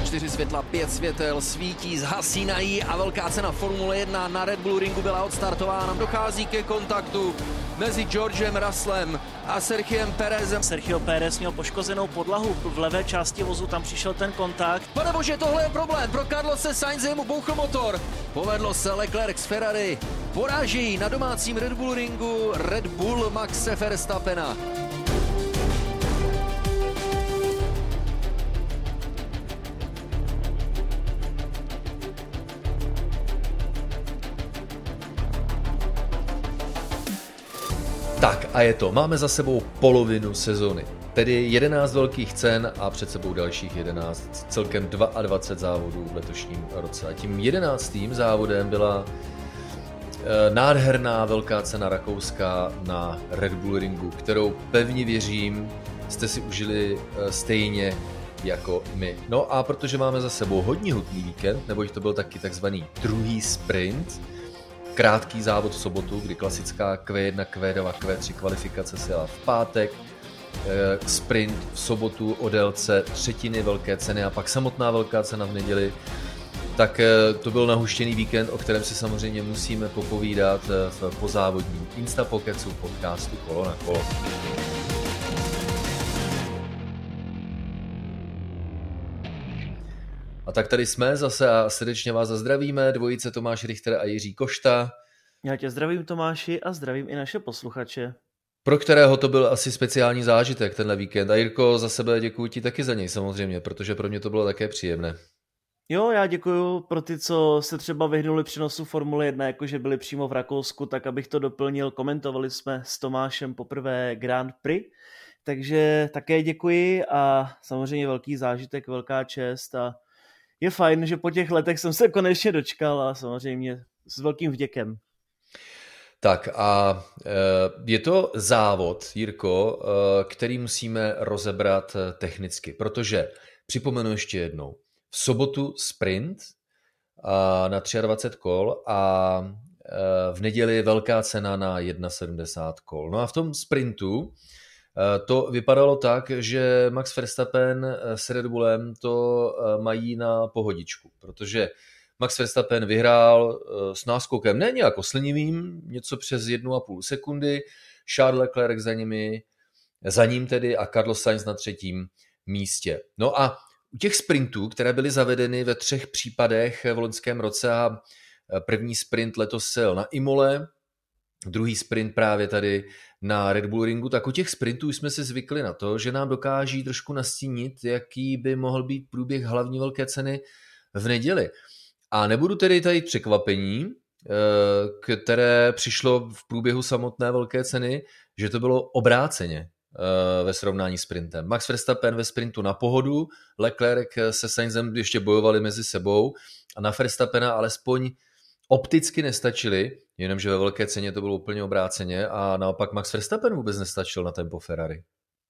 4 světla, 5 světel, svítí, zhasínají a velká cena Formule 1 na Red Bull ringu byla odstartována. Dochází ke kontaktu mezi Georgem Russellem a Sergiem Pérezem. Sergio Pérez měl poškozenou podlahu v levé části vozu, tam přišel ten kontakt. Panebože, tohle je problém, pro Carlose Sainze mu bouchl motor. Povedlo se, Leclerc z Ferrari poráží na domácím Red Bull ringu Red Bull Maxe Verstappena. Tak a je to, máme za sebou polovinu sezony, tedy 11 velkých cen a před sebou dalších 11, celkem 22 závodů v letošním roce. A tím 11. závodem byla nádherná velká cena Rakouska na Red Bull ringu, kterou pevně věřím, jste si užili stejně jako my. No a protože máme za sebou hodně hutný víkend, neboť to byl taky takzvaný druhý sprint, krátký závod v sobotu, kdy klasická Q1, Q2, Q3 kvalifikace se jela v pátek, sprint v sobotu o délce třetiny velké ceny a pak samotná velká cena v neděli, tak to byl nahuštěný víkend, o kterém si samozřejmě musíme popovídat v pozávodním Instapokecu podcastu Kolo na kolo. A tak tady jsme zase a srdečně vás zazdravíme, dvojice Tomáš Richter a Jiří Košta. Já tě zdravím, Tomáši, a zdravím i naše posluchače. Pro kterého to byl asi speciální zážitek tenhle víkend. A Jirko, za sebe děkuji ti taky za něj samozřejmě, protože pro mě to bylo také příjemné. Jo, já děkuju pro ty, co se třeba vyhnuli přenosu Formule 1, jakože byli přímo v Rakousku, tak abych to doplnil, komentovali jsme s Tomášem poprvé Grand Prix, takže také děkuji a samozřejmě velký zážitek, velká čest a je fajn, že po těch letech jsem se konečně dočkal a samozřejmě s velkým vděkem. Tak a je to závod, Jirko, který musíme rozebrat technicky, protože připomenu ještě jednou, v sobotu sprint na 23 kol a v neděli velká cena na 71 kol. No a v tom sprintu to vypadalo tak, že Max Verstappen s Red Bullem to mají na pohodičku, protože Max Verstappen vyhrál s náskokem ne nějak oslnivým, něco přes 1,5 sekundy, Charles Leclerc za ním tedy a Carlos Sainz na třetím místě. No a u těch sprintů, které byly zavedeny ve 3 případech v loňském roce a první sprint letos se jel na Imole, druhý sprint právě tady na Red Bull ringu, tak u těch sprintů jsme si zvykli na to, že nám dokáží trošku nastínit, jaký by mohl být průběh hlavní velké ceny v neděli. A nebudu tedy tady překvapení, které přišlo v průběhu samotné velké ceny, že to bylo obráceně ve srovnání s sprintem. Max Verstappen ve sprintu na pohodu, Leclerc se Sainzem ještě bojovali mezi sebou a na Verstappena alespoň opticky nestačili, jenomže ve velké ceně to bylo úplně obráceně a naopak Max Verstappen vůbec nestačil na tempo Ferrari.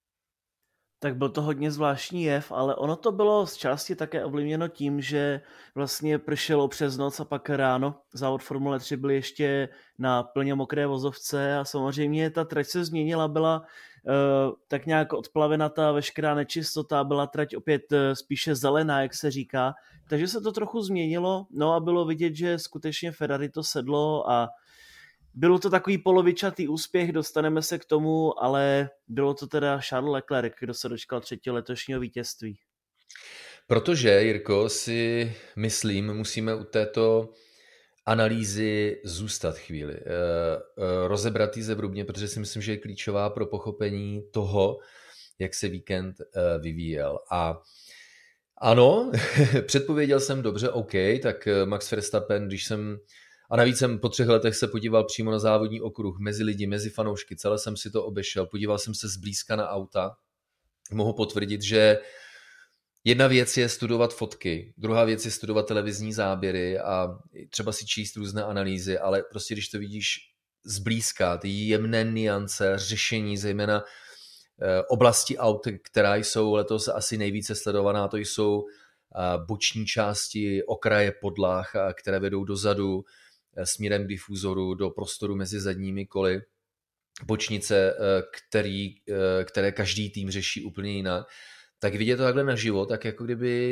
Tak byl to hodně zvláštní jev, ale ono to bylo z části také ovlivněno tím, že vlastně pršelo přes noc a pak ráno závod Formule 3 byl ještě na plně mokré vozovce a samozřejmě ta trať se změnila, byla tak nějak odplavenatá, veškerá nečistota, byla trať opět spíše zelená, jak se říká, takže se to trochu změnilo, no a bylo vidět, že skutečně Ferrari to sedlo a bylo to takový polovičatý úspěch, dostaneme se k tomu, ale bylo to teda Charles Leclerc, kdo se dočkal 3. letošního vítězství. Protože, Jirko, si myslím, musíme u této analýzy zůstat chvíli. Rozebrat ji zevrubně, protože si myslím, že je klíčová pro pochopení toho, jak se víkend vyvíjel. A ano, předpověděl jsem dobře, OK, tak Max Verstappen, a navíc jsem po 3 letech se podíval přímo na závodní okruh, mezi lidi, mezi fanoušky, celé jsem si to obešel, podíval jsem se zblízka na auta. Mohu potvrdit, že jedna věc je studovat fotky, druhá věc je studovat televizní záběry a třeba si číst různé analýzy, ale prostě když to vidíš zblízka, ty jemné nuance, řešení, zejména oblasti aut, která jsou letos asi nejvíce sledovaná, to jsou boční části, okraje podlah, které vedou dozadu, směrem k difuzoru do prostoru mezi zadními koly, bočnice, které každý tým řeší úplně jinak, tak vidět to takhle naživo, tak jako kdyby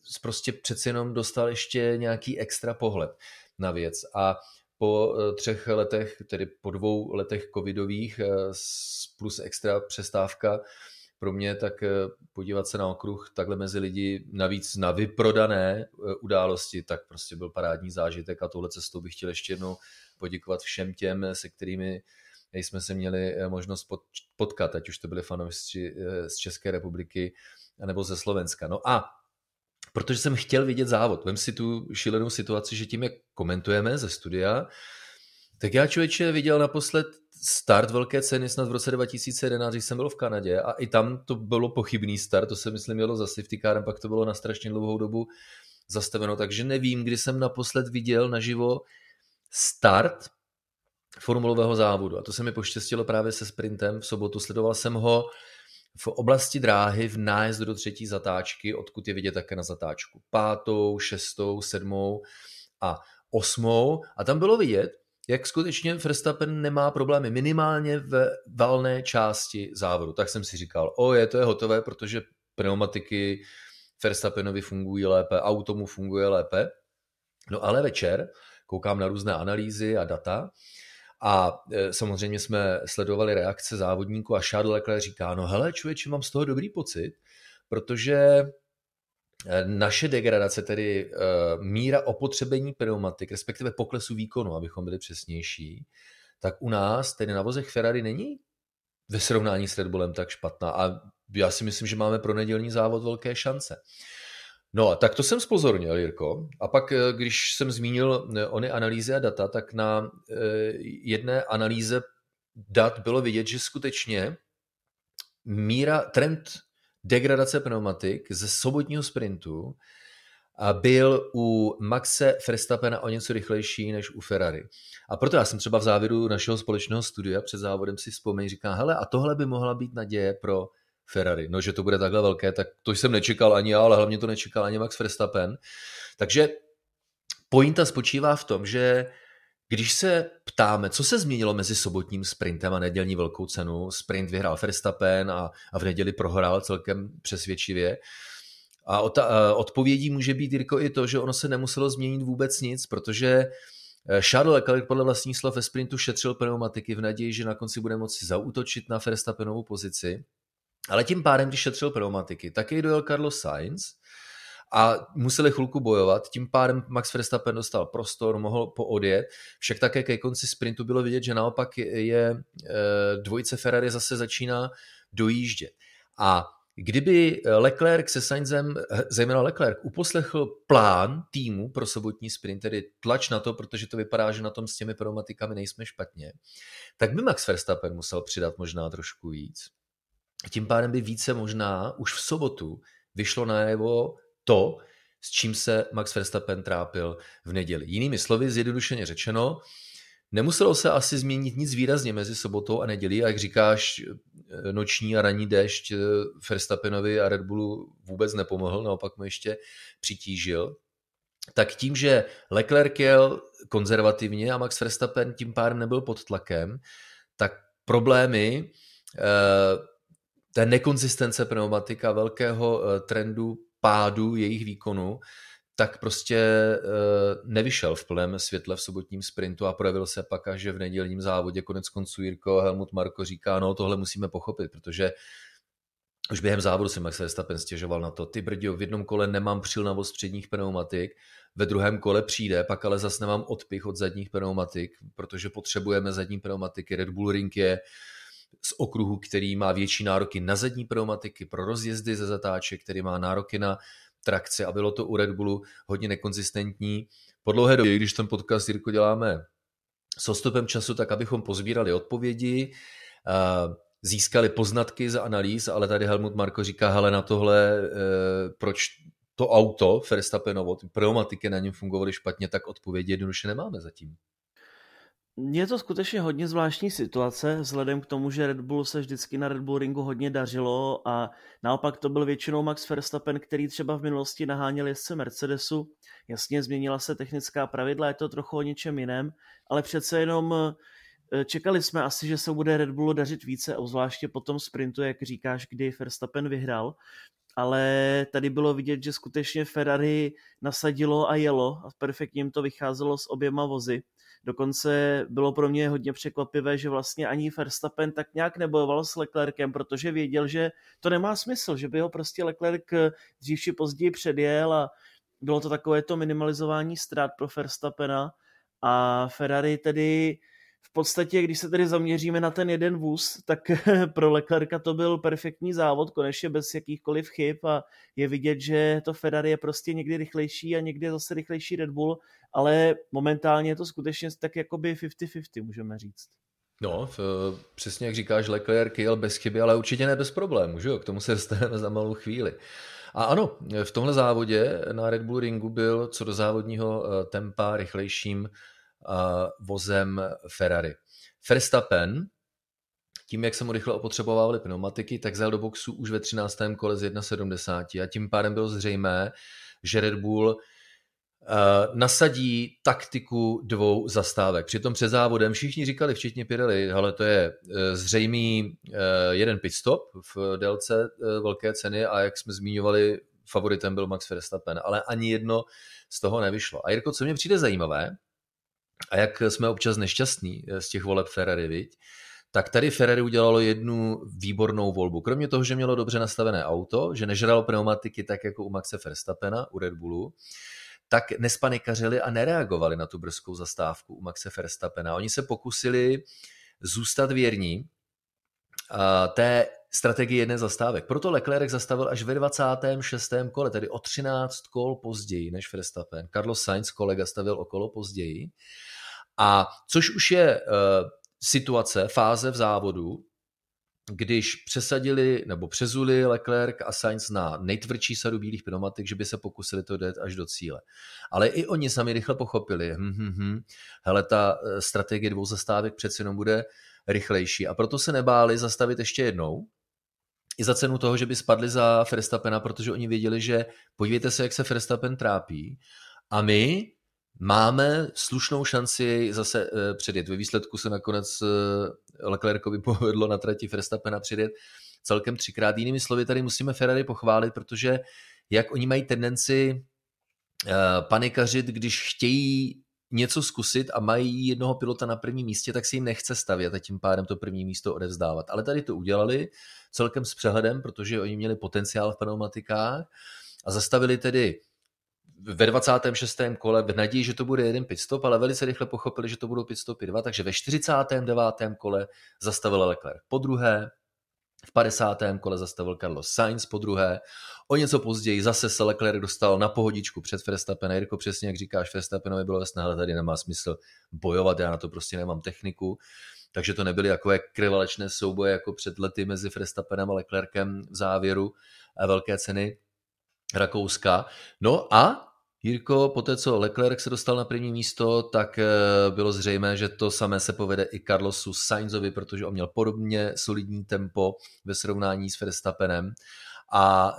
prostě přeci jenom dostal ještě nějaký extra pohled na věc. A po 3 letech, tedy po 2 letech covidových plus extra přestávka pro mě, tak podívat se na okruh takhle mezi lidi, navíc na vyprodané události, tak prostě byl parádní zážitek a touhle cestou bych chtěl ještě jednou poděkovat všem těm, se kterými jsme se měli možnost potkat, ať už to byli fanoušci z České republiky nebo ze Slovenska. No a protože jsem chtěl vidět závod, vem si tu šílenou situaci, že tím, jak komentujeme ze studia, tak já, člověče, viděl naposled start velké ceny snad v roce 2011, když jsem byl v Kanadě, a i tam to bylo pochybný start, to se myslím jelo za safety carem, pak to bylo na strašně dlouhou dobu zastaveno, takže nevím, kdy jsem naposled viděl naživo start formulového závodu. A to se mi poštěstilo právě se sprintem v sobotu. Sledoval jsem ho v oblasti dráhy v nájezdu do 3. zatáčky, odkud je vidět také na zatáčku 5., 6., 7. a 8. A tam bylo vidět, jak skutečně Verstappen nemá problémy minimálně v valné části závodu. Tak jsem si říkal, to je hotové, protože pneumatiky Verstappenovi fungují lépe, auto mu funguje lépe. No ale večer koukám na různé analýzy a data a samozřejmě jsme sledovali reakce závodníků a Charles Leclerc říká, no hele člověče, mám z toho dobrý pocit, protože naše degradace, tedy míra opotřebení pneumatik, respektive poklesu výkonu, abychom byli přesnější, tak u nás, tedy na vozech Ferrari, není ve srovnání s Red Bullem tak špatná a já si myslím, že máme pro nedělní závod velké šance. No, tak to jsem zpozornil, Jirko. A pak, když jsem zmínil ony analýzy a data, tak na jedné analýze dat bylo vidět, že skutečně trend degradace pneumatik ze sobotního sprintu byl u Maxe Verstappena o něco rychlejší než u Ferrari. A proto já jsem třeba v závěru našeho společného studia před závodem si vzpomněl, říkám, hele, a tohle by mohla být naděje pro Ferrari. No, že to bude takhle velké, tak to jsem nečekal ani já, ale hlavně to nečekal ani Max Verstappen. Takže pointa spočívá v tom, že když se ptáme, co se změnilo mezi sobotním sprintem a nedělní velkou cenu, sprint vyhrál Verstappen a v neděli prohrál celkem přesvědčivě. A odpovědí může být, Jirko, i to, že ono se nemuselo změnit vůbec nic, protože Charles Leclerc podle vlastních slov ve sprintu šetřil pneumatiky v naději, že na konci bude moci zaútočit na Verstappenovou pozici. Ale tím pádem, když šetřil pneumatiky, tak jej dojel Carlos Sainz a museli chvilku bojovat, tím pádem Max Verstappen dostal prostor, mohl poodjet, však také ke konci sprintu bylo vidět, že naopak dvojice Ferrari zase začíná dojíždět. A kdyby Leclerc se Sainzem, zejména Leclerc, uposlechl plán týmu pro sobotní sprint, tedy tlač na to, protože to vypadá, že na tom s těmi pneumatikami nejsme špatně, tak by Max Verstappen musel přidat možná trošku víc. Tím pádem by více možná už v sobotu vyšlo najevo to, s čím se Max Verstappen trápil v neděli. Jinými slovy, zjednodušeně řečeno, nemuselo se asi změnit nic výrazně mezi sobotou a nedělí, a jak říkáš, noční a ranní déšť Verstappenovi a Red Bullu vůbec nepomohl, naopak mu ještě přitížil. Tak tím, že Leclerc jel konzervativně a Max Verstappen tím pádem nebyl pod tlakem, tak problémy té nekonzistence pneumatika, velkého trendu pádu jejich výkonu, tak prostě nevyšel v plném světle v sobotním sprintu a projevil se pak až v nedělním závodě. Konec konců Jirko Helmut Marko říká, no tohle musíme pochopit, protože už během závodu si Max Verstappen stěžoval na to, ty brďo, v jednom kole nemám přilnavost předních pneumatik, ve druhém kole přijde, pak ale zase nemám odpich od zadních pneumatik, protože potřebujeme zadní pneumatiky. Red Bull Ring je z okruhu, který má větší nároky na zadní pneumatiky pro rozjezdy ze zatáček, který má nároky na trakci a bylo to u Red Bullu hodně nekonzistentní. Po dlouhé době, když ten podcast, Jirko, děláme s odstupem času, tak abychom pozbírali odpovědi, získali poznatky z analýz, ale tady Helmut Marko říká, hele, na tohle, proč to auto Verstappenovo, ty pneumatiky na něm fungovaly špatně, tak odpovědi jednoduše nemáme zatím. Je to skutečně hodně zvláštní situace, vzhledem k tomu, že Red Bull se vždycky na Red Bull Ringu hodně dařilo a naopak to byl většinou Max Verstappen, který třeba v minulosti naháněl jezdce Mercedesu. Jasně, změnila se technická pravidla, je to trochu o něčem jiném, ale přece jenom čekali jsme asi, že se bude Red Bullu dařit více, obzvláště po tom sprintu, jak říkáš, kdy Verstappen vyhrál. ale tady bylo vidět, že skutečně Ferrari nasadilo a jelo a perfektně jim to vycházelo s oběma vozy. Dokonce bylo pro mě hodně překvapivé, že vlastně ani Verstappen tak nějak nebojoval s Leclerkem, protože věděl, že to nemá smysl, že by ho prostě Leclerc dřív či později předjel a bylo to takové to minimalizování ztrát pro Verstappena a Ferrari tedy v podstatě, když se tedy zaměříme na ten jeden vůz, tak pro Leclerca to byl perfektní závod, konečně bez jakýchkoliv chyb a je vidět, že to Ferrari je prostě někdy rychlejší a někdy je zase rychlejší Red Bull, ale momentálně je to skutečně tak jakoby 50-50, můžeme říct. No, přesně jak říkáš, Leclerc jel bez chyby, ale určitě ne bez problémů, že jo? K tomu se dostaneme za malou chvíli. A ano, v tomhle závodě na Red Bull Ringu byl co do závodního tempa rychlejším vozem Ferrari. Verstappen, tím, jak se mu rychle opotřebovávaly pneumatiky, tak zajel do boxu už ve 13. kole z 1,70 a tím pádem bylo zřejmé, že Red Bull nasadí taktiku dvou zastávek. Přitom před závodem všichni říkali, včetně Pirelli, ale to je zřejmý jeden pitstop v délce velké ceny a jak jsme zmiňovali, favoritem byl Max Verstappen, ale ani jedno z toho nevyšlo. A Jirko, co mě přijde zajímavé, a jak jsme občas nešťastní z těch voleb Ferrari, viď? Tak tady Ferrari udělalo jednu výbornou volbu. Kromě toho, že mělo dobře nastavené auto, že nežralo pneumatiky tak jako u Maxe Verstappena, u Red Bullu, tak nespanikařili a nereagovali na tu brzkou zastávku u Maxe Verstappena. Oni se pokusili zůstat věrní té strategii jedné zastávek. Proto Leclerc zastavil až ve 26. kole, tedy o 13 kol později než Verstappen. Carlos Sainz, kolega, stavil o kolo později. A což už je situace, fáze v závodu, když přesadili nebo přezuli Leclerc a Sainz na nejtvrdší sadu bílých pneumatik, že by se pokusili to dát až do cíle. Ale i oni sami rychle pochopili, hele, ta strategie dvou zastávek přeci jenom bude rychlejší a proto se nebáli zastavit ještě jednou, i za cenu toho, že by spadli za Verstappena, protože oni věděli, že podívejte se, jak se Verstappen trápí a my máme slušnou šanci jej zase předjet. Ve výsledku se nakonec Leclercovi povedlo na trati Verstappena předjet celkem 3krát. Jinými slovy, tady musíme Ferrari pochválit, protože jak oni mají tendenci panikařit, když chtějí něco zkusit a mají jednoho pilota na prvním místě, tak si jim nechce stavět a tím pádem to první místo odevzdávat. Ale tady to udělali celkem s přehledem, protože oni měli potenciál v pneumatikách a zastavili tedy ve 26. kole v naději, že to bude jeden pitstop, ale velice rychle pochopili, že to budou pitstopy 2, takže ve 49. kole zastavil Leclerc podruhé, v 50. kole zastavil Carlos Sainz podruhé, o něco později zase se Leclerc dostal na pohodičku před Verstappena. Jirko, přesně jak říkáš, Verstappenovi bylo jasné, ale tady nemá smysl bojovat, já na to prostě nemám techniku, takže to nebyly takové krvalečné souboje jako před lety mezi Verstappenem a Leclercem v závěru velké ceny Rakouska. No a Jirko, poté co Leclerc se dostal na první místo, tak bylo zřejmé, že to samé se povede i Carlosu Sainzovi, protože on měl podobně solidní tempo ve srovnání s Verstappenem a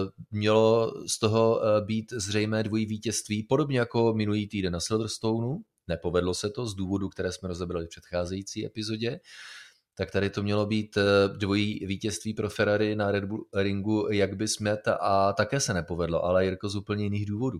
mělo z toho být zřejmé dvojí vítězství, podobně jako minulý týden na Silverstoneu. Nepovedlo se to z důvodu, které jsme rozebrali v předcházející epizodě. Tak tady to mělo být dvojí vítězství pro Ferrari na Red Bull Ringu, jak by smět, a také se nepovedlo, ale Jirko z úplně jiných důvodů.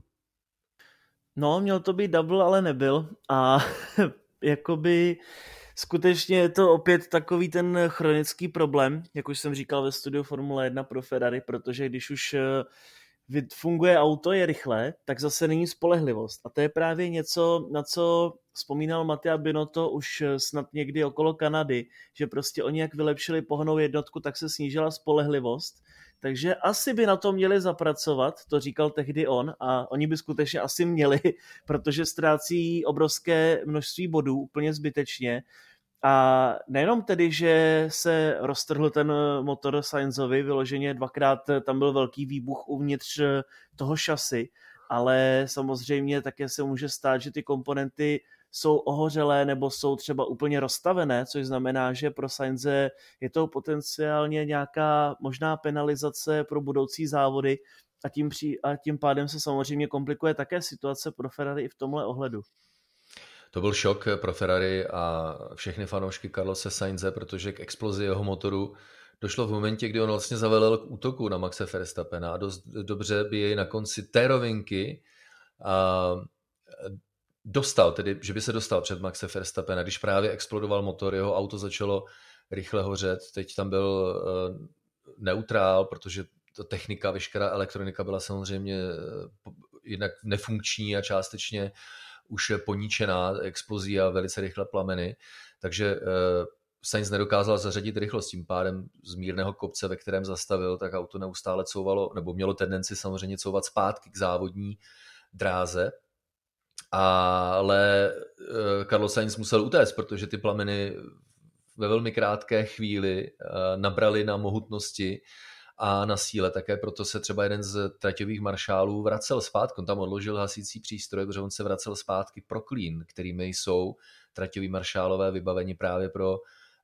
No, měl to být double, ale nebyl a jakoby skutečně je to opět takový ten chronický problém, jak už jsem říkal ve studiu Formule 1 pro Ferrari, protože když už funguje auto, je rychlé, tak zase není spolehlivost. A to je právě něco, na co vzpomínal Mattia Binotto už snad někdy okolo Kanady, že prostě oni jak vylepšili pohonnou jednotku, tak se snížila spolehlivost. Takže asi by na to měli zapracovat, to říkal tehdy on, a oni by skutečně asi měli, protože ztrácí obrovské množství bodů úplně zbytečně. A nejenom tedy, že se roztrhl ten motor Sainzovi, vyloženě dvakrát tam byl velký výbuch uvnitř toho šasy, ale samozřejmě také se může stát, že ty komponenty jsou ohořelé nebo jsou třeba úplně rozstavené, což znamená, že pro Sainze je to potenciálně nějaká možná penalizace pro budoucí závody a tím pádem se samozřejmě komplikuje také situace pro Ferrari i v tomhle ohledu. To byl šok pro Ferrari a všechny fanoušky Carlose Sainze, protože k explozi jeho motoru došlo v momentě, kdy on vlastně zavelel k útoku na Maxe Verstappena a dost dobře by jej na konci té rovinky dostal, tedy že by se dostal před Maxe Verstappena, když právě explodoval motor, jeho auto začalo rychle hořet, teď tam byl neutrál, protože ta technika, veškerá elektronika byla samozřejmě jednak nefunkční a částečně už poníčená explozí a velice rychle plameny, takže Sainz nedokázal zařadit rychlost, tím pádem z mírného kopce, ve kterém zastavil, tak auto neustále couvalo, nebo mělo tendenci samozřejmě couvat zpátky k závodní dráze, ale Carlos Sainz musel utéct, protože ty plameny ve velmi krátké chvíli nabrali na mohutnosti a na síle, také proto se třeba jeden z traťových maršálů vracel zpátky, on tam odložil hasící přístroj, protože on se vracel zpátky pro klín, kterými jsou traťoví maršálové vybaveni právě pro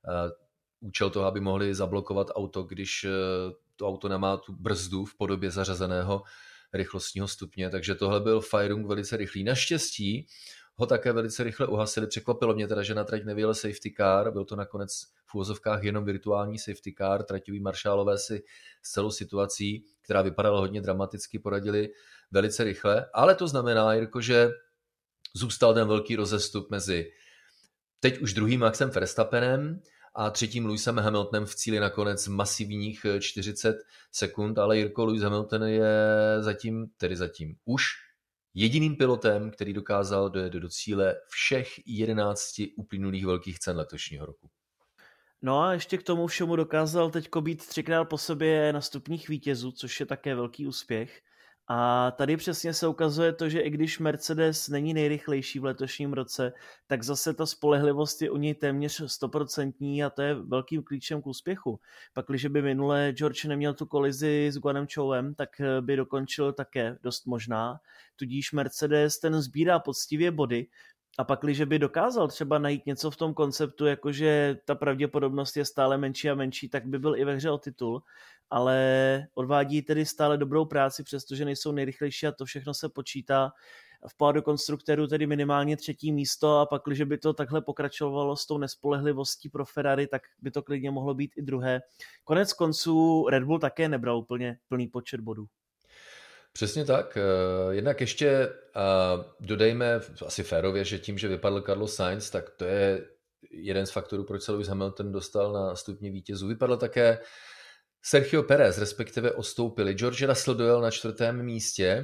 účel toho, aby mohli zablokovat auto, když to auto nemá tu brzdu v podobě zařazeného rychlostního stupně, takže tohle byl Feierung velice rychlý. Naštěstí ho také velice rychle uhasili. Překvapilo mě teda, že na trať nevyjel safety car, byl to nakonec v uvozovkách jenom virtuální safety car, traťoví maršálové si s celou situací, která vypadala hodně dramaticky, poradili velice rychle, ale to znamená, Jirko, že zůstal ten velký rozestup mezi teď už druhým Maxem Verstappenem a třetím Lewisem Hamiltonem v cíli nakonec masivních 40 sekund, ale Jirko, Lewis Hamilton je zatím už jediným pilotem, který dokázal dojet do cíle všech 11 uplynulých velkých cen letošního roku. No a ještě k tomu všemu dokázal teďko být 3krát po sobě na stupních vítězů, což je také velký úspěch. A tady přesně se ukazuje to, že i když Mercedes není nejrychlejší v letošním roce, tak zase ta spolehlivost je u něj téměř 100% a to je velkým klíčem k úspěchu. Pakliže by minule George neměl tu kolizi s Guanem Chouem, tak by dokončil také dost možná. Tudíž Mercedes ten sbírá poctivě body, a pak, když by dokázal třeba najít něco v tom konceptu, jakože ta pravděpodobnost je stále menší a menší, tak by byl i ve hře o titul, ale odvádí tedy stále dobrou práci, přestože nejsou nejrychlejší a to všechno se počítá. V pádu konstruktérů tedy minimálně 3. místo a pak, když by to takhle pokračovalo s tou nespolehlivostí pro Ferrari, tak by to klidně mohlo být i druhé. Konec konců Red Bull také nebral úplně plný počet bodů. Přesně tak. Jednak ještě dodejme asi férově, že tím, že vypadl Carlos Sainz, tak to je jeden z faktorů, proč se Lewis Hamilton dostal na stupně vítězů. Vypadl také Sergio Pérez, respektive odstoupili. George Russell dojel na 4. místě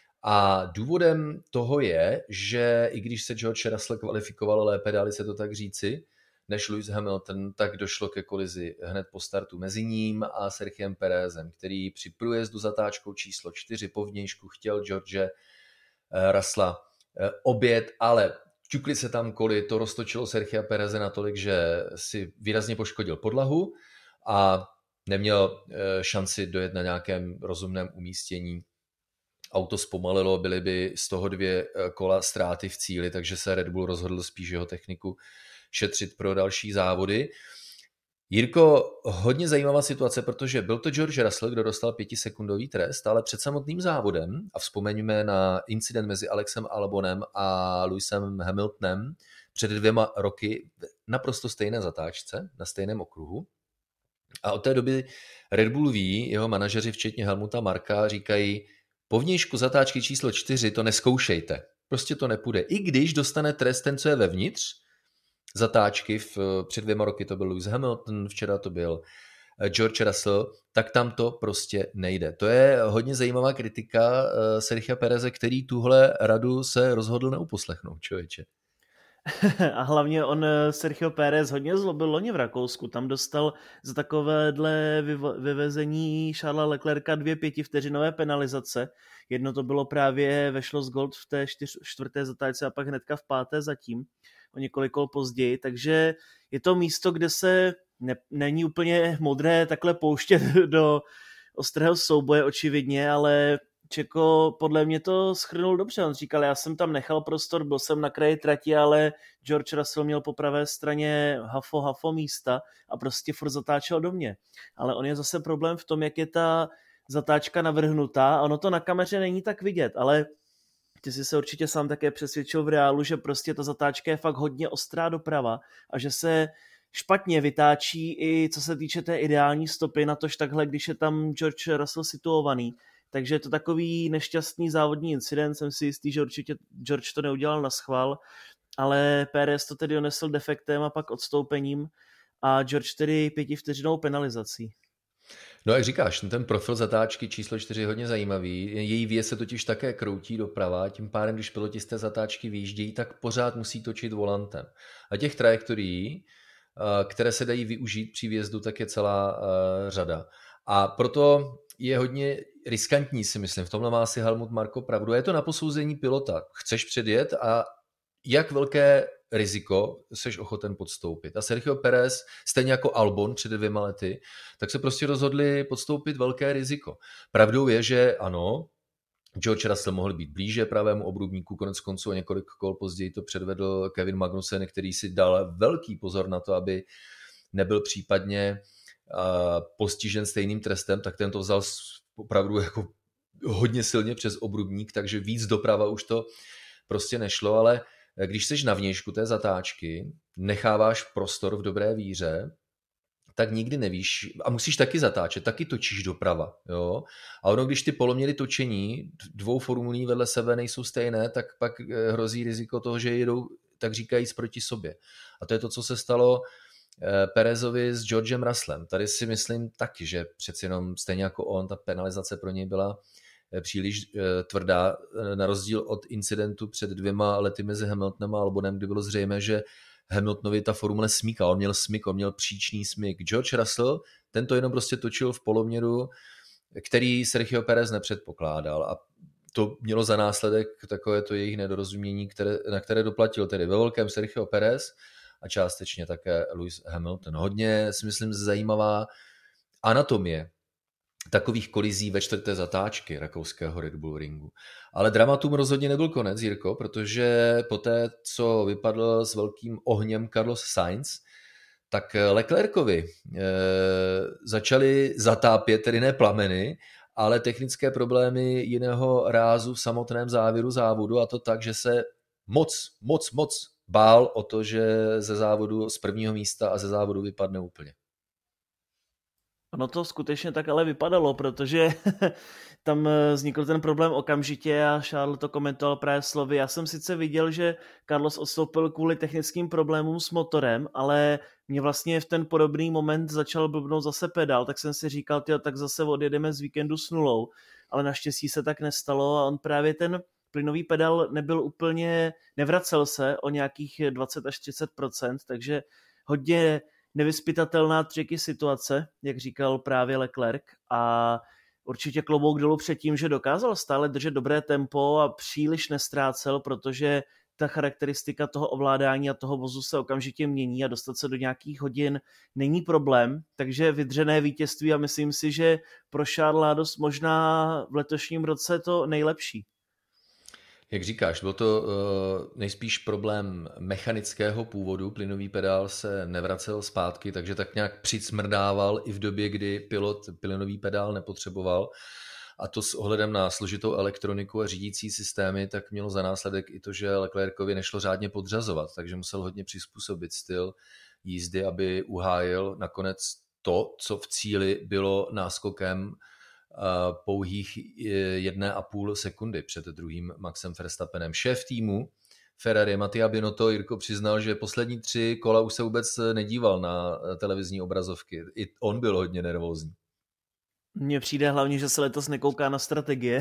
a důvodem toho je, že i když se George Russell kvalifikoval lépe, dali se to tak říci, než Lewis Hamilton, tak došlo ke kolizi hned po startu mezi ním a Sergiem Pérezem, který při průjezdu zatáčkou číslo 4 po vnějšku chtěl George Russella obět, ale ťukli se tam koly, to roztočilo Sergia Péreze natolik, že si výrazně poškodil podlahu a neměl šanci dojet na nějakém rozumném umístění. Auto zpomalilo, byly by z toho 2 kola ztráty v cíli, takže se Red Bull rozhodl spíš jeho techniku šetřit pro další závody. Jirko, hodně zajímavá situace, protože byl to George Russell, kdo dostal 5sekundový trest, ale před samotným závodem, a vzpomeňme na incident mezi Alexem Albonem a Lewisem Hamiltonem před 2 roky naprosto stejné zatáčce, na stejném okruhu. A od té doby Red Bull ví, jeho manažeři včetně Helmuta Marka říkají, po vnějšku zatáčky číslo 4 to neskoušejte. Prostě to nepůjde. I když dostane trest ten, co je vevnitř zatáčky, před 2 roky to byl Lewis Hamilton, včera to byl George Russell, tak tam to prostě nejde. To je hodně zajímavá kritika Sergia Péreze, který tuhle radu se rozhodl neuposlechnout, člověče. A hlavně on, Sergio Pérez, hodně zlobil loni v Rakousku. Tam dostal za takovéhle vyvezení Charlesa Leclerca 2 5vteřinové penalizace. Jedno to bylo právě ve Schloss Gold v té 4. zatáčce a pak hnedka v 5. zatím, o několik kol později. Takže je to místo, kde se není úplně modré takhle pouštět do ostrého souboje očividně, ale Čeko podle mě to shrnul dobře. On říkal, já jsem tam nechal prostor, byl jsem na kraji trati, ale George Russell měl po pravé straně hafo místa a prostě furt zatáčel do mě. Ale on je zase problém v tom, jak je ta zatáčka navrhnutá. Ono to na kameře není tak vidět, ale ty jsi se určitě sám také přesvědčil v reálu, že prostě ta zatáčka je fakt hodně ostrá doprava a že se špatně vytáčí i co se týče té ideální stopy, natož takhle, když je tam George Russell situovaný. Takže je to takový nešťastný závodní incident, jsem si jistý, že určitě George to neudělal na schvál, ale Pérez to tedy onesl defektem a pak odstoupením a George tedy 5vteřinovou penalizací. No jak říkáš, ten profil zatáčky číslo 4 je hodně zajímavý. Její věž se totiž také kroutí doprava, tím pádem, když piloti z té zatáčky vyjíždějí, tak pořád musí točit volantem. A těch trajektorií, které se dají využít při výjezdu, tak je celá řada. A proto je hodně riskantní, si myslím. V tomhle má si Helmut Marko pravdu. A je to na posouzení pilota. Chceš předjet a jak velké riziko seš ochoten podstoupit. A Sergio Pérez, stejně jako Albon před 2 lety, tak se prostě rozhodli podstoupit velké riziko. Pravdou je, že ano, George Russell mohl být blíže pravému obrubníku, konec konců a několik kol později to předvedl Kevin Magnussen, který si dal velký pozor na to, aby nebyl případně postižen stejným trestem, tak ten to vzal opravdu jako hodně silně přes obrubník, takže víc doprava už to prostě nešlo, ale když seš na vnějšku té zatáčky, necháváš prostor v dobré víře, tak nikdy nevíš a musíš taky zatáčet, taky točíš doprava. Jo? A ono, když ty poloměry točení 2 formulí vedle sebe nejsou stejné, tak pak hrozí riziko toho, že jedou, tak říkajíc, proti sobě. A to je to, co se stalo Pérezovi s Georgem Russellem. Tady si myslím taky, že přeci jenom stejně jako on, ta penalizace pro něj byla příliš tvrdá, na rozdíl od incidentu před 2 lety mezi Hamiltonem a Albonem, kdy bylo zřejmé, že Hamiltonovi ta formule smíkala, on měl smyk, on měl příčný smyk. George Russell, ten to jenom prostě točil v poloměru, který Sergio Pérez nepředpokládal a to mělo za následek takové to jejich nedorozumění, na které doplatil tedy ve velkém Sergio Pérez a částečně také Lewis Hamilton. Hodně si myslím zajímavá anatomie takových kolizí ve 4. zatáčky rakouského Red Bull Ringu. Ale dramatům rozhodně nebyl konec, Jirko, protože poté, co vypadl s velkým ohněm Carlos Sainz, tak Leclercovi začaly zatápět, tedy ne plameny, ale technické problémy jiného rázu v samotném závěru závodu, a to tak, že se moc bál o to, že ze závodu z 1. místa a ze závodu vypadne úplně. Ono to skutečně tak ale vypadalo, protože tam vznikl ten problém okamžitě a Charles to komentoval právě slovy. Já jsem sice viděl, že Carlos odstoupil kvůli technickým problémům s motorem, ale mě vlastně v ten podobný moment začal blbnout zase pedál, tak jsem si říkal, tyjo, tak zase odjedeme z víkendu s 0, ale naštěstí se tak nestalo a on právě ten plynový pedál nebyl úplně, nevracel se o nějakých 20 až 30%, takže hodně nevyzpytatelná triky situace, jak říkal právě Leclerc, a určitě klobouk dolů před tím, že dokázal stále držet dobré tempo a příliš nestrácel, protože ta charakteristika toho ovládání a toho vozu se okamžitě mění a dostat se do nějakých hodin není problém, takže vydřené vítězství a myslím si, že pro Charlesa dost možná v letošním roce to nejlepší. Jak říkáš, byl to nejspíš problém mechanického původu, plynový pedál se nevracel zpátky, takže tak nějak přicmrdával i v době, kdy pilot plynový pedál nepotřeboval. A to s ohledem na složitou elektroniku a řídící systémy, tak mělo za následek i to, že Leclercovi nešlo řádně podřazovat, takže musel hodně přizpůsobit styl jízdy, aby uhájil nakonec to, co v cíli bylo náskokem pouhých 1,5 sekundy před druhým Maxem Verstappenem. Šéf týmu Ferrari Mattia Binotto, Jirko, přiznal, že poslední 3 kola už se vůbec nedíval na televizní obrazovky. I on byl hodně nervózní. Mně přijde hlavně, že se letos nekouká na strategie.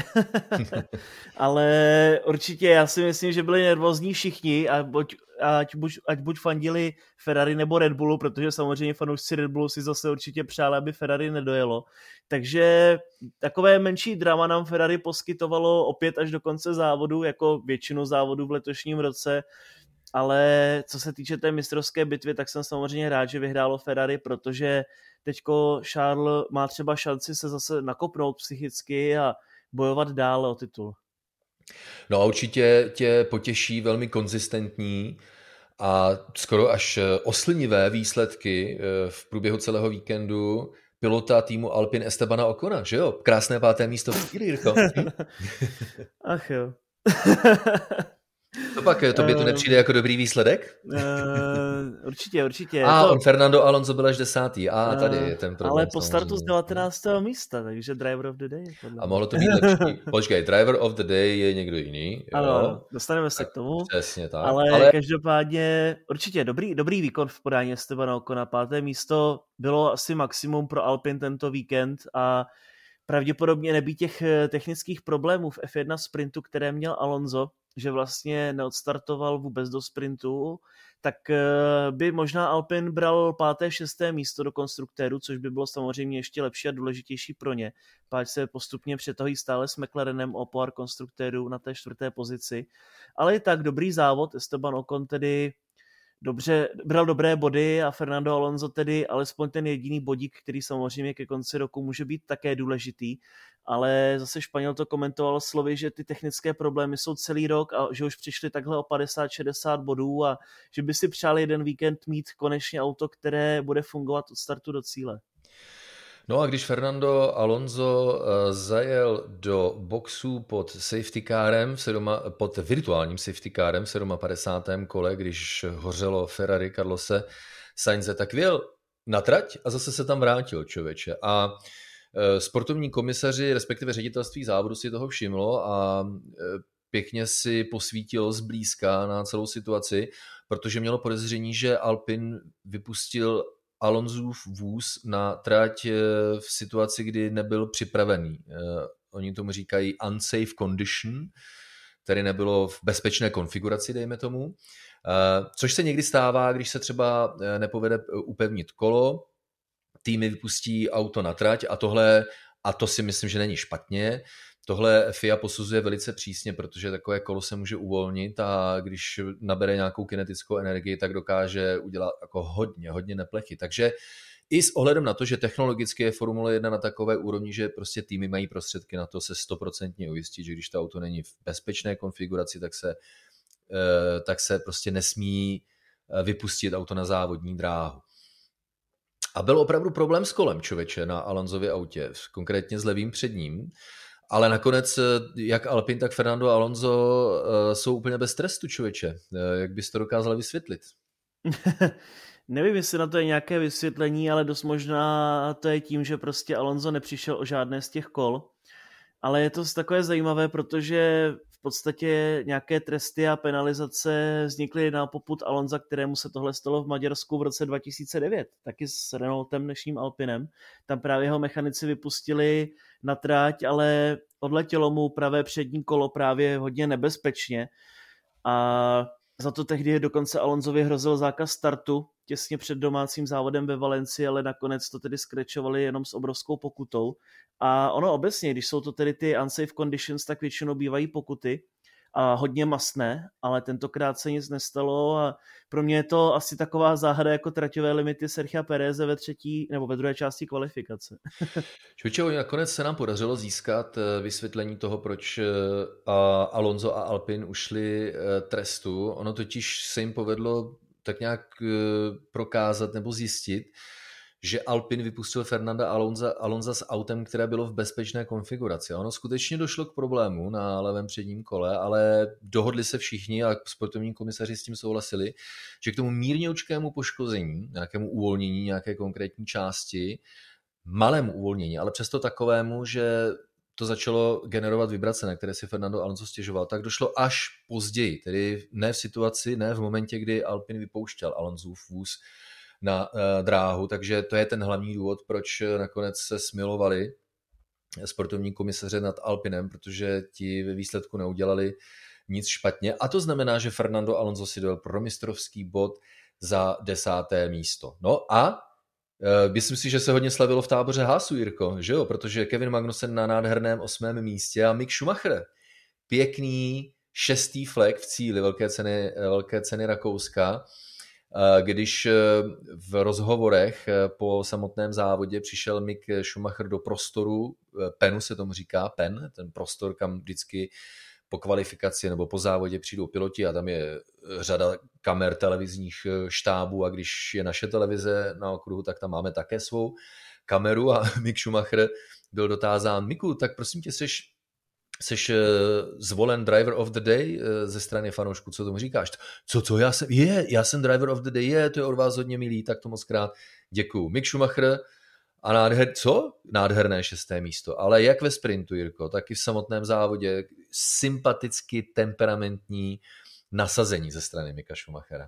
Ale určitě já si myslím, že byli nervózní všichni a ať buď fandili Ferrari nebo Red Bullu, protože samozřejmě fanoušci Red Bullu si zase určitě přáli, aby Ferrari nedojelo. Takže takové menší drama nám Ferrari poskytovalo opět až do konce závodu, jako většinu závodů v letošním roce. Ale co se týče té mistrovské bitvy, tak jsem samozřejmě rád, že vyhrálo Ferrari, protože teďko Charles má třeba šanci se zase nakopnout psychicky a bojovat dál o titul. No a určitě tě potěší velmi konzistentní a skoro až oslnivé výsledky v průběhu celého víkendu pilota týmu Alpine Estebana Ocona, že jo? Krásné 5. místo v chvíli, Jirko. Ach jo. To pak, tobě to nepřijde jako dobrý výsledek? Určitě. On Fernando Alonso byl až 10. Tady je ten problém. Ale po startu z samozřejmě. 19. místa, takže driver of the day. A mohlo to být lepší. Počkej, driver of the day je někdo jiný. Jo? Ano, dostaneme se k tomu. Přesně tak. Ale každopádně určitě dobrý výkon v podání Estebana Ocona. 5. místo bylo asi maximum pro Alpine tento víkend a pravděpodobně nebýt těch technických problémů v F1 sprintu, které měl Alonso, že vlastně neodstartoval vůbec do sprintu, tak by možná Alpine bral 5., 6. místo do konstruktérů, což by bylo samozřejmě ještě lepší a důležitější pro ně. Páč se postupně přetahují stále s McLarenem o pohár konstruktérů na té 4. pozici. Ale i tak dobrý závod, Esteban Ocon tedy dobře, bral dobré body a Fernando Alonso tedy alespoň ten jediný bodík, který samozřejmě ke konci roku může být také důležitý, ale zase Španěl to komentoval slovy, že ty technické problémy jsou celý rok a že už přišli takhle o 50-60 bodů a že by si přáli jeden víkend mít konečně auto, které bude fungovat od startu do cíle. No a když Fernando Alonso zajel do boxu pod safety carem, pod virtuálním safety carem v 57. kole, když hořelo Ferrari Carlose Sainze, tak vyjel na trať a zase se tam vrátil, člověče. A sportovní komisaři, respektive ředitelství závodu si toho všimlo a pěkně si posvítilo zblízka na celou situaci, protože mělo podezření, že Alpine vypustil Alonsův vůz na trať v situaci, kdy nebyl připravený. Oni tomu říkají unsafe condition, tedy nebylo v bezpečné konfiguraci, dejme tomu. Což se někdy stává, když se třeba nepovede upevnit kolo, týmy vypustí auto na trať a to si myslím, že není špatně. Tohle FIA posuzuje velice přísně, protože takové kolo se může uvolnit a když nabere nějakou kinetickou energii, tak dokáže udělat jako hodně neplechy. Takže i s ohledem na to, že technologicky je Formule 1 na takové úrovni, že prostě týmy mají prostředky na to se 100% ujistit, že když to auto není v bezpečné konfiguraci, tak se prostě nesmí vypustit auto na závodní dráhu. A byl opravdu problém s kolem, člověče, na Alonsově autě, konkrétně s levým předním. Ale nakonec jak Alpine, tak Fernando Alonso jsou úplně bez trestu, člověče. Jak bys to dokázal vysvětlit? Nevím, jestli na to je nějaké vysvětlení, ale dost možná to je tím, že prostě Alonso nepřišel o žádné z těch kol. Ale je to takové zajímavé, protože v podstatě nějaké tresty a penalizace vznikly na popud Alonsa, kterému se tohle stalo v Maďarsku v roce 2009, taky s Renaultem, dnešním Alpinem. Tam právě jeho mechanici vypustili na trať, ale odletělo mu pravé přední kolo právě hodně nebezpečně a za to tehdy dokonce Alonsovi hrozil zákaz startu těsně před domácím závodem ve Valencii, ale nakonec to tedy skrečovali jenom s obrovskou pokutou. A ono obecně, když jsou to tedy ty unsafe conditions, tak většinou bývají pokuty a hodně mastné, ale tentokrát se nic nestalo a pro mě je to asi taková záhada jako traťové limity Sergia Péreze ve druhé části kvalifikace. Čočeho, nakonec se nám podařilo získat vysvětlení toho, proč Alonso a Alpine ušli trestu. Ono totiž se jim povedlo tak nějak prokázat nebo zjistit, že Alpine vypustil Fernanda Alonsa s autem, které bylo v bezpečné konfiguraci. Ono skutečně došlo k problému na levém předním kole, ale dohodli se všichni a sportovní komisaři s tím souhlasili, že k tomu mírněučkému poškození, nějakému uvolnění nějaké konkrétní části, malému uvolnění, ale přesto takovému, že to začalo generovat vibrace, na které si Fernando Alonso stěžoval, tak došlo až později, tedy ne v situaci, ne v momentě, kdy Alpine vypouštěl Alonsův vůz na dráhu, takže to je ten hlavní důvod, proč nakonec se smilovali sportovní komisaře nad Alpinem, protože ti ve výsledku neudělali nic špatně a to znamená, že Fernando Alonso si dal pro mistrovský bod za 10. místo. No a myslím si, že se hodně slavilo v táboře Haasu, Jirko, že jo? Protože Kevin Magnussen na nádherném 8. místě a Mick Schumacher pěkný 6. flag v cíli velké ceny Rakouska, když v rozhovorech po samotném závodě přišel Mick Schumacher do prostoru, penu se tomu říká, ten prostor, kam vždycky po kvalifikaci nebo po závodě přijdou piloti a tam je řada kamer televizních štábů a když je naše televize na okruhu, tak tam máme také svou kameru a Mick Schumacher byl dotázán, Miku, tak prosím tě, seš zvolen driver of the day ze strany fanoušků, co tomu říkáš? Co, já jsem driver of the day, to je od vás hodně milý, tak to moc krát děkuju. Mick Schumacher a nádherné 6. místo, ale jak ve sprintu, Jirko, tak i v samotném závodě sympaticky temperamentní nasazení ze strany Micka Schumachera.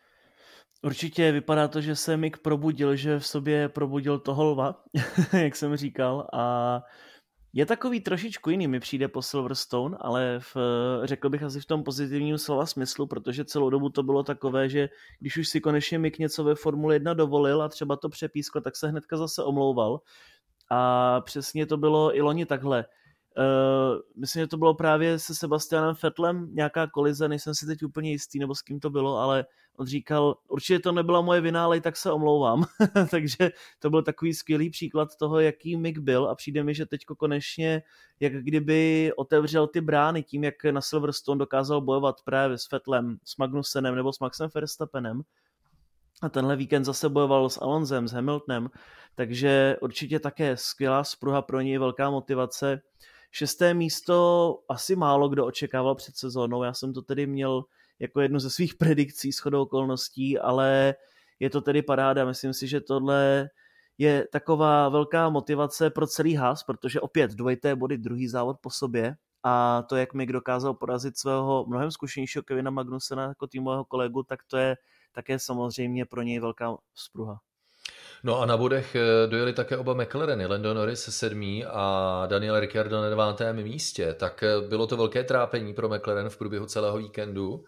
Určitě vypadá to, že se Mick probudil, že v sobě probudil toho lva, jak jsem říkal, a je takový trošičku jiný, mi přijde po Silverstone, ale řekl bych asi v tom pozitivním slova smyslu, protože celou dobu to bylo takové, že když už si konečně Mick něco ve Formule 1 dovolil a třeba to přepískl, tak se hnedka zase omlouval. A přesně to bylo i loni takhle. Myslím, že to bylo právě se Sebastianem Vettelem nějaká kolize, nejsem si teď úplně jistý, nebo s kým to bylo, ale on říkal, určitě to nebyla moje vina, ale i tak se omlouvám. Takže to byl takový skvělý příklad toho, jaký Mick byl a přijde mi, že teďko konečně, jak kdyby otevřel ty brány tím, jak na Silverstone dokázal bojovat právě s Vettelem, s Magnusenem nebo s Maxem Verstappenem. A tenhle víkend zase bojoval s Alonsem, s Hamiltonem, takže určitě také skvělá spruha pro něj, velká motivace. 6. místo asi málo kdo očekával před sezónou, já jsem to tedy měl jako jednu ze svých predikcí shodou okolností, ale je to tedy paráda, myslím si, že tohle je taková velká motivace pro celý Haas, protože opět dvojité body, druhý závod po sobě a to, jak Mick dokázal porazit svého mnohem zkušenějšího Kevina Magnusena jako týmového kolegu, tak to je také samozřejmě pro něj velká spruha. No a na bodech dojeli také oba McLareny, Lando Norris 7. a Daniel Ricciardo na 9. místě, tak bylo to velké trápení pro McLaren v průběhu celého víkendu.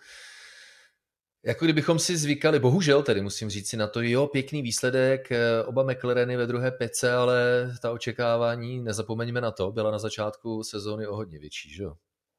Jako kdybychom si zvykali, bohužel tedy musím říct si na to, pěkný výsledek, oba McLareny ve druhé pece, ale ta očekávání, nezapomeňme na to, byla na začátku sezóny o hodně větší, že jo?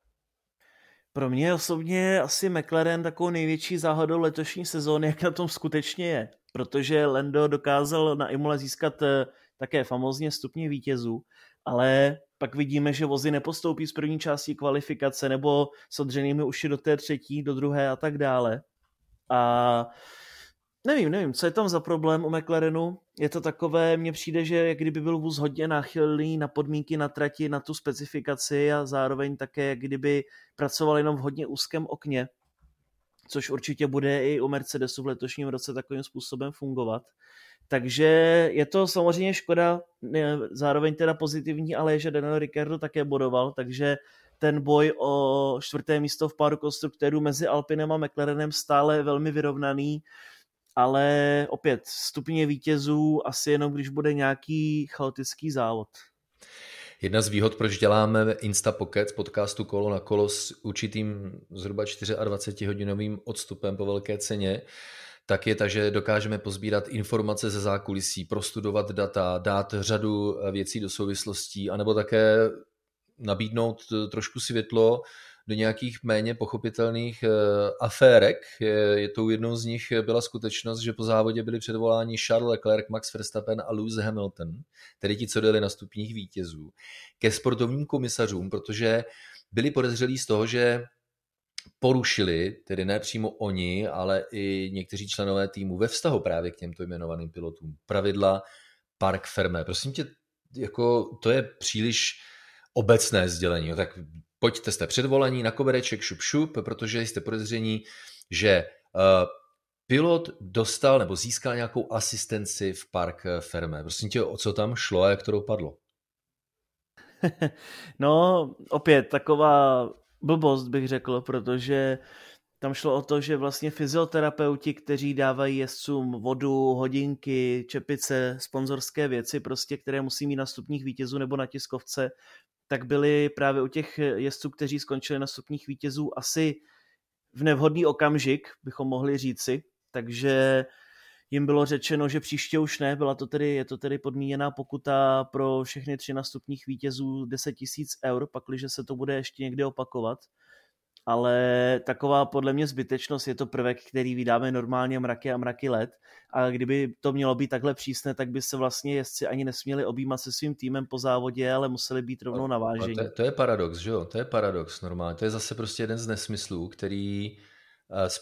Pro mě osobně asi McLaren takovou největší záhadou letošní sezóny, jak na tom skutečně je. Protože Lando dokázal na Imole získat také famózně stupně vítězů, ale pak vidíme, že vozy nepostoupí z první části kvalifikace nebo s odřenými uši do té třetí, do druhé a tak dále. A nevím, co je tam za problém u McLarenu. Je to takové, mně přijde, že jak kdyby byl vůz hodně náchylný na podmínky na trati, na tu specifikaci a zároveň také, jak kdyby pracoval jenom v hodně úzkém okně, což určitě bude i u Mercedesu v letošním roce takovým způsobem fungovat. Takže je to samozřejmě škoda, zároveň teda pozitivní, ale je, že Daniel Ricciardo také bodoval, takže ten boj o 4. místo v páru konstruktérů mezi Alpinem a McLarenem stále velmi vyrovnaný, ale opět stupně vítězů asi jenom, když bude nějaký chaotický závod. Jedna z výhod, proč děláme Instapocket z podcastu Kolo na kolo s určitým zhruba 24-hodinovým odstupem po velké ceně, tak je ta, že dokážeme pozbírat informace ze zákulisí, prostudovat data, dát řadu věcí do souvislostí, anebo také nabídnout trošku světlo do nějakých méně pochopitelných aférek. Tou jednou z nich byla skutečnost, že po závodě byli předvoláni Charles Leclerc, Max Verstappen a Lewis Hamilton, tedy ti, co dali na stupních vítězů, ke sportovním komisařům, protože byli podezřelí z toho, že porušili, tedy ne přímo oni, ale i někteří členové týmu ve vztahu právě k těmto jmenovaným pilotům, pravidla parc fermé. Prosím tě, jako to je příliš obecné sdělení. Tak pojďte, jste předvolaní na kobereček šup, protože jste podezření, že pilot dostal nebo získal nějakou asistenci v parc fermé. Prosím tě, o co tam šlo a jak to dopadlo? No, opět taková blbost bych řekl, protože tam šlo o to, že vlastně fyzioterapeuti, kteří dávají jezdcům vodu, hodinky, čepice, sponzorské věci, prostě, které musí mít na stupních vítězů nebo na tiskovce, tak byli právě u těch jezdců, kteří skončili na stupních vítězů asi v nevhodný okamžik, bychom mohli říci, takže jim bylo řečeno, že příště už ne, je to tedy podmíněná pokuta pro všechny 3 na stupních vítězů 10 000 eur, pakliže se to bude ještě někdy opakovat. Ale taková podle mě zbytečnost, je to prvek, který vydáme normálně mraky a mraky let a kdyby to mělo být takhle přísné, tak by se vlastně jezdci ani nesměli objímat se svým týmem po závodě, ale museli být rovnou na vážení. To je paradox, že jo? To je paradox normálně. To je zase prostě jeden z nesmyslů, který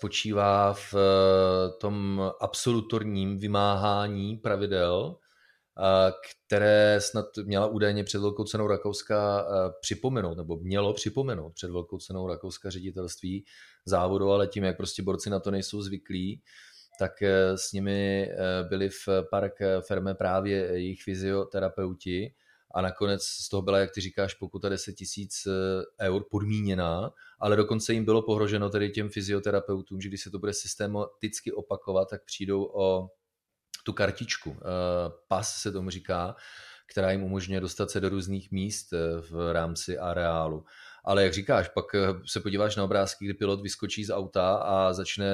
spočívá v tom absolutorním vymáhání pravidel které snad měla údajně před Velkou cenou Rakouska připomenout, nebo mělo připomenout před Velkou cenou Rakouska ředitelství závodu, ale tím, jak prostě borci na to nejsou zvyklí, tak s nimi byli v Parc Fermé právě jejich fyzioterapeuti a nakonec z toho byla, jak ty říkáš, pokuta 10 000 eur podmíněná, ale dokonce jim bylo pohroženo tedy těm fyzioterapeutům, že když se to bude systematicky opakovat, tak přijdou o tu kartičku, pas se tomu říká, která jim umožňuje dostat se do různých míst v rámci areálu. Ale jak říkáš, pak se podíváš na obrázky, kdy pilot vyskočí z auta a začne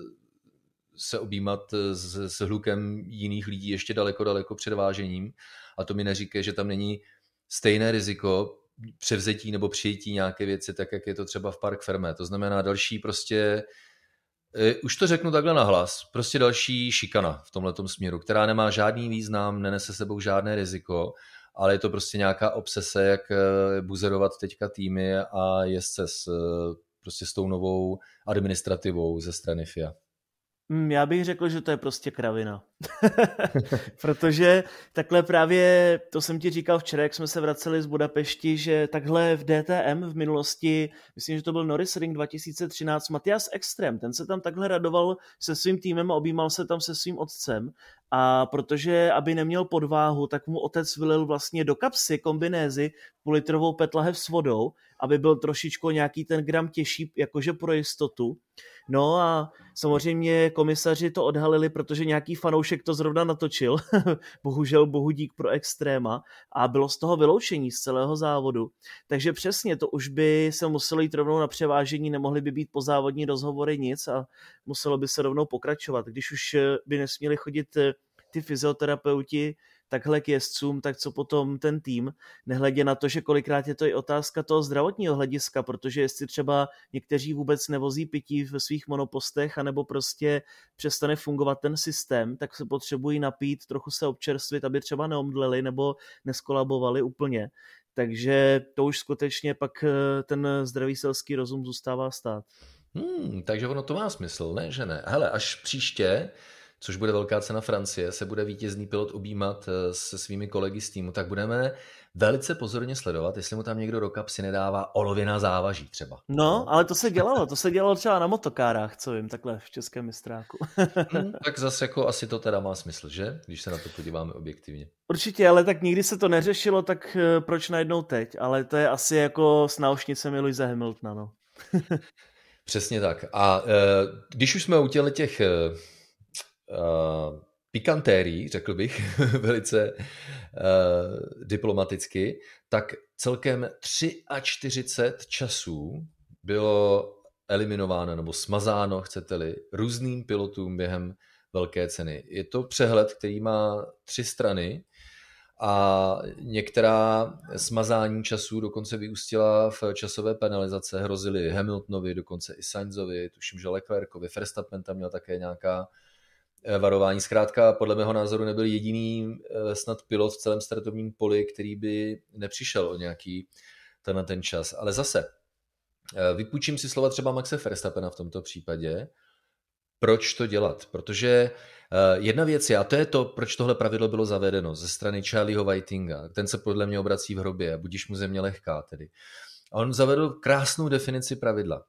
se objímat s hlukem jiných lidí ještě daleko před vážením. A to mi neříká, že tam není stejné riziko převzetí nebo přijetí nějaké věci, tak jak je to třeba v Parc Fermé. To znamená další prostě, už to řeknu takhle nahlas, prostě další šikana v tomhletom směru, která nemá žádný význam, nenese sebou žádné riziko, ale je to prostě nějaká obsese, jak buzerovat teďka týmy a jezdce prostě s tou novou administrativou ze strany FIA. Já bych řekl, že to je prostě kravina. Protože takhle právě, to jsem ti říkal včera, jak jsme se vraceli z Budapešti, že takhle v DTM v minulosti, myslím, že to byl Nürburgring 2013, Matthias Ekström, ten se tam takhle radoval se svým týmem a objímal se tam se svým otcem. A protože, aby neměl podváhu, tak mu otec vylil vlastně do kapsy kombinézy půllitrovou PET lahev s vodou, aby byl trošičku nějaký ten gram těžší, jakože pro jistotu. No a samozřejmě komisaři to odhalili, protože nějaký fanoušek to zrovna natočil, bohužel bohudík pro Extréma, a bylo z toho vyloučení z celého závodu. Takže přesně, to už by se muselo jít rovnou na převážení, nemohly by být pozávodní rozhovory nic a muselo by se rovnou pokračovat. Když už by nesměli chodit ty fyzioterapeuti takhle k jezdcům, tak co potom ten tým, nehledě na to, že kolikrát je to i otázka toho zdravotního hlediska, protože jestli třeba někteří vůbec nevozí pití ve svých monopostech, anebo prostě přestane fungovat ten systém, tak se potřebují napít, trochu se občerstvit, aby třeba neomdleli nebo neskolabovali úplně. Takže to už skutečně pak ten zdravý selský rozum zůstává stát. Takže ono to má smysl, ne? Že ne? Hele, až příště, což bude Velká cena Francie, se bude vítězný pilot objímat se svými kolegy z týmu, tak budeme velice pozorně sledovat, jestli mu tam někdo do kapsy nedává olověná závaží třeba. No, ale to se dělalo třeba na motokárách, co vím, takhle v českém mistráku. Tak zase jako asi to teda má smysl, že? Když se na to podíváme objektivně. Určitě, ale tak nikdy se to neřešilo, tak proč najednou teď? Ale to je asi jako s náušnicemi Louise Hamiltona, no. Přesně tak. A když už jsme u těch pikantérií, řekl bych, velice diplomaticky, tak celkem 43 časů bylo eliminováno nebo smazáno, chcete-li, různým pilotům během Velké ceny. Je to přehled, který má 3 strany a některá smazání časů dokonce vyústila v časové penalizace, hrozily Hamiltonovi, dokonce i Sainzovi, tuším, že Leclercovi, Verstappen tam měl také nějaká varování. Zkrátka, podle mého názoru nebyl jediný snad pilot v celém startovním poli, který by nepřišel o nějaký ten čas. Ale zase, vypůjčím si slova třeba Maxe Verstappena v tomto případě. Proč to dělat? Protože jedna věc je, a to je to, proč tohle pravidlo bylo zavedeno ze strany Charlieho Whitinga. Ten se podle mě obrací v hrobě, budiž mu země lehká tedy. A on zavedl krásnou definici pravidla.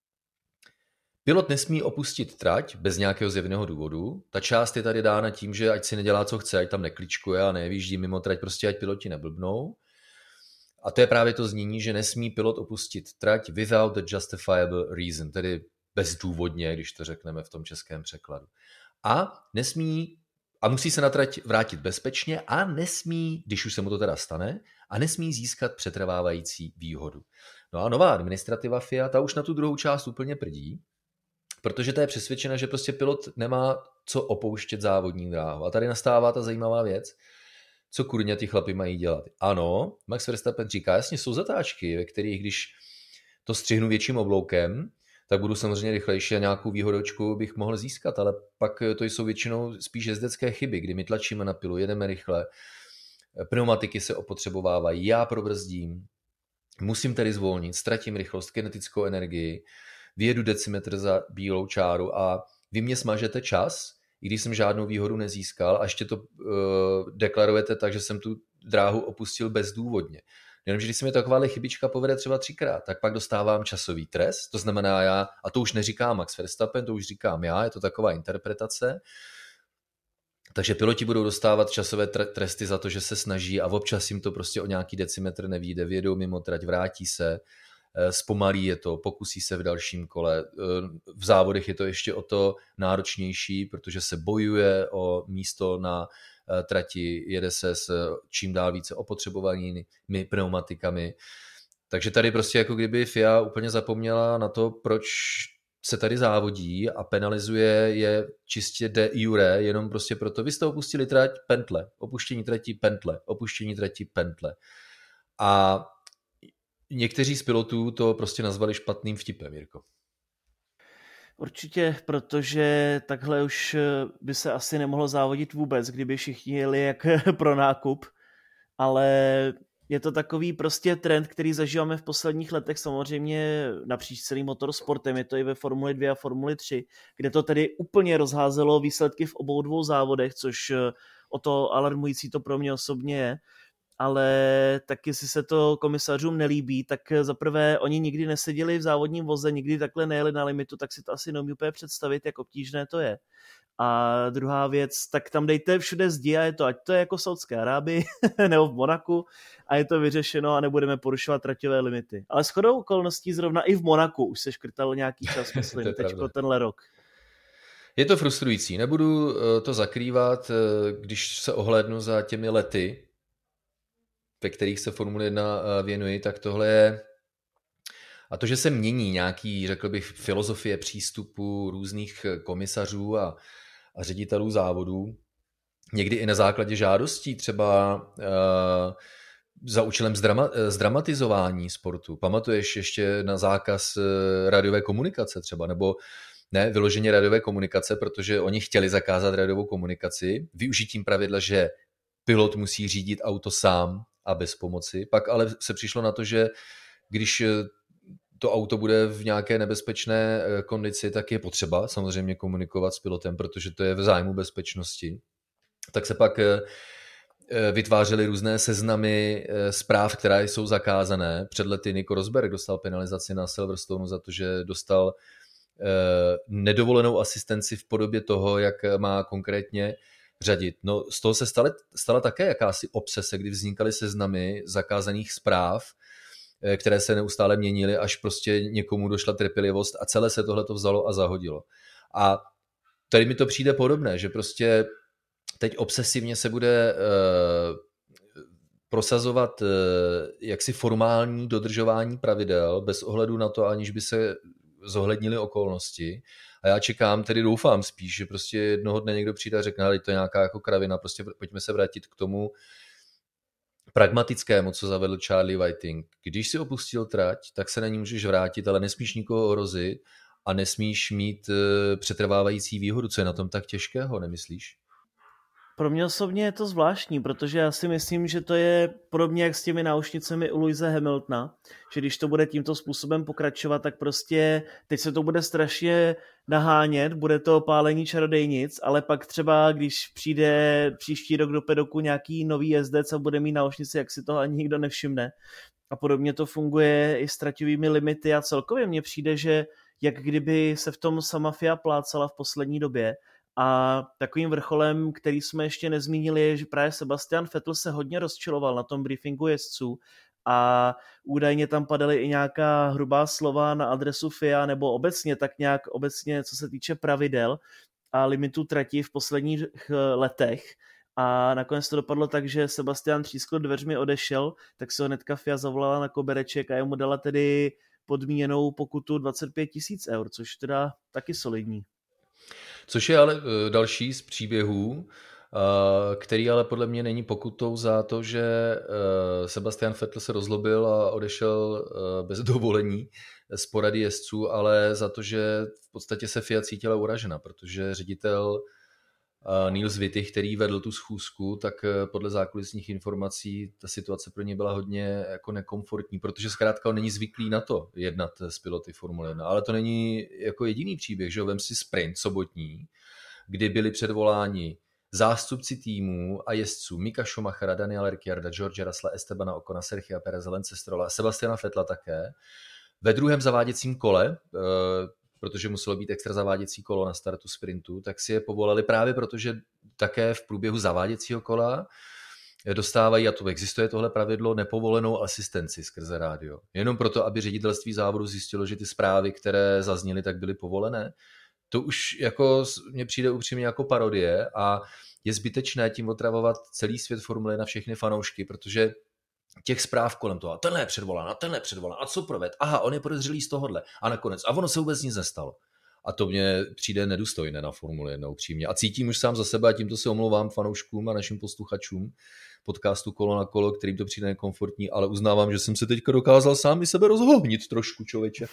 Pilot nesmí opustit trať bez nějakého zjevného důvodu. Ta část je tady dána tím, že ať si nedělá, co chce, ať tam nekličkuje a nevyjíždí mimo trať, prostě ať piloti neblbnou. A to je právě to znění, že nesmí pilot opustit trať without a justifiable reason, tedy bezdůvodně, když to řekneme v tom českém překladu. A musí se na trať vrátit bezpečně a nesmí, když už se mu to teda stane, a nesmí získat přetrvávající výhodu. No a nová administrativa FIA, ta už na tu druhou část úplně prdí, protože ta je přesvědčena, že prostě pilot nemá co opouštět závodní dráhu. A tady nastává ta zajímavá věc, co kurňa ty chlapi mají dělat. Ano, Max Verstappen říká, jasně jsou zatáčky, ve kterých když to střihnu větším obloukem, tak budu samozřejmě rychlejší a nějakou výhodočku bych mohl získat, ale pak to jsou většinou spíš jezdecké chyby, kdy my tlačíme na pilu, jedeme rychle, pneumatiky se opotřebovávají, já probrzdím, musím tedy zvolnit, ztratím rychlost, kinetickou energii, vyjedu decimetr za bílou čáru a vy mě smažete čas, i když jsem žádnou výhodu nezískal a ještě to deklarujete tak, že jsem tu dráhu opustil bezdůvodně. Jenomže když se mi takováhle chybička povede třeba 3krát, tak pak dostávám časový trest, to znamená já, a to už neříká Max Verstappen, to už říkám já, je to taková interpretace, takže piloti budou dostávat časové tresty za to, že se snaží a občas jim to prostě o nějaký decimetr nevyjde, vjedou mimo trať, vrátí se, zpomalí je to, pokusí se v dalším kole. V závodech je to ještě o to náročnější, protože se bojuje o místo na trati, jede se s čím dál více opotřebovanými pneumatikami. Takže tady prostě jako kdyby FIA úplně zapomněla na to, proč se tady závodí a penalizuje je čistě de iure, jenom prostě proto, vy jste opustili trať, pentle, opuštění trati, pentle, opuštění trati, pentle. A někteří z pilotů to prostě nazvali špatným vtipem, Jirko. Určitě, protože takhle už by se asi nemohlo závodit vůbec, kdyby všichni jeli jak pro nákup, ale je to takový prostě trend, který zažíváme v posledních letech samozřejmě napříč celým motorsportem, je to i ve Formuli 2 a Formuli 3, kde to tedy úplně rozházelo výsledky v obou dvou závodech, což o to alarmující to pro mě osobně je. Ale tak jestli se to komisařům nelíbí, tak zaprvé oni nikdy neseděli v závodním voze, nikdy takhle nejeli na limitu, tak si to asi neumí úplně představit, jak obtížné to je. A druhá věc, tak tam dejte všude zdi a je to, ať to je jako v Saudské Arábii nebo v Monaku a je to vyřešeno a nebudeme porušovat traťové limity. Ale shodou okolností zrovna i v Monaku už se škrtalo nějaký čas, myslím, teďko tenhle rok. Je to frustrující, nebudu to zakrývat, když se ohlédnu za těmi lety, ve kterých se Formule 1 věnuji, tak tohle je... A to, že se mění nějaký, řekl bych, filozofie přístupu různých komisařů a ředitelů závodů, někdy i na základě žádostí, třeba za účelem zdramatizování sportu. Pamatuješ ještě na zákaz rádiové komunikace třeba, nebo ne, vyloženě rádiové komunikace, protože oni chtěli zakázat rádiovou komunikaci, využitím pravidla, že pilot musí řídit auto sám a bez pomoci. Pak ale se přišlo na to, že když to auto bude v nějaké nebezpečné kondici, tak je potřeba samozřejmě komunikovat s pilotem, protože to je v zájmu bezpečnosti. Tak se pak vytvářely různé seznamy zpráv, které jsou zakázané. Před lety Nico Rosberg dostal penalizaci na Silverstone za to, že dostal nedovolenou asistenci v podobě toho, jak má konkrétně řadit. No, z toho se stala také jakási obsese, kdy vznikaly seznamy zakázaných zpráv, které se neustále měnily, až prostě někomu došla trpělivost a celé se tohleto vzalo a zahodilo. A tady mi to přijde podobné, že prostě teď obsesivně se bude prosazovat jaksi formální dodržování pravidel bez ohledu na to, aniž by se zohlednily okolnosti. A já čekám, tedy doufám spíš, že prostě jednoho dne někdo přijde a řekne, ale to je nějaká jako kravina, prostě pojďme se vrátit k tomu pragmatickému, co zavedl Charlie Whiting. Když si opustil trať, tak se na ní můžeš vrátit, ale nesmíš nikoho ohrozit a nesmíš mít přetrvávající výhodu. Co je na tom tak těžkého, nemyslíš? Pro mě osobně je to zvláštní, protože já si myslím, že to je podobně jak s těmi náušnicemi u Louise Hamiltona, že když to bude tímto způsobem pokračovat, tak prostě teď se to bude strašně nahánět, bude to pálení čarodejnic, ale pak třeba, když přijde příští rok do pedoku nějaký nový jezdec a bude mít náušnici, jak si toho ani nikdo nevšimne. A podobně to funguje i s traťovými limity a celkově mně přijde, že jak kdyby se v tom sama FIA plácala v poslední době. A takovým vrcholem, který jsme ještě nezmínili, je, že právě Sebastian Vettel se hodně rozčiloval na tom briefingu jezdců a údajně tam padaly i nějaká hrubá slova na adresu FIA nebo obecně, tak nějak obecně, co se týče pravidel a limitů trati v posledních letech. A nakonec to dopadlo tak, že Sebastian třískl dveřmi, odešel, tak se ho hnedka FIA zavolala na kobereček a jemu dala tedy podmíněnou pokutu 25 000 eur, což teda taky solidní. Což je ale další z příběhů, který ale podle mě není pokutou za to, že Sebastian Vettel se rozlobil a odešel bez dovolení z porady jezdců, ale za to, že v podstatě se FIA cítila uražena, protože ředitel Niels Wittich, který vedl tu schůzku, tak podle zákulisních informací ta situace pro ně byla hodně jako nekomfortní, protože zkrátka on není zvyklý na to jednat s piloty Formule 1. Ale to není jako jediný příběh, že vem si sprint sobotní, kdy byli předvoláni zástupci týmů a jezdců Mika Schumachera, Daniela Ricciarda, George Russella, Estebana Ocona, Sergia Pereze, Lence Strolla, Sebastiana Vettela také. Ve druhém zaváděcím kole, protože muselo být extra zaváděcí kolo na startu sprintu, tak si je povolali právě protože také v průběhu zaváděcího kola dostávají, a to existuje tohle pravidlo, nepovolenou asistenci skrze rádio. Jenom proto, aby ředitelství závodu zjistilo, že ty zprávy, které zazněly, tak byly povolené. To už jako mně přijde upřímně jako parodie a je zbytečné tím otravovat celý svět Formule na všechny fanoušky, protože těch zpráv kolem toho, tenhle je předvolán, a co proved? Aha, on je podezřelý z tohohle. A nakonec, a ono se vůbec nic nestalo. A to mně přijde nedůstojné na Formule 1 upřímně. A cítím už sám za sebe a tímto se omlouvám fanouškům a našim posluchačům podcastu Kolo na kolo, kterým to přijde nekomfortní, ale uznávám, že jsem se teďka dokázal sám i sebe rozhohnit trošku, člověče.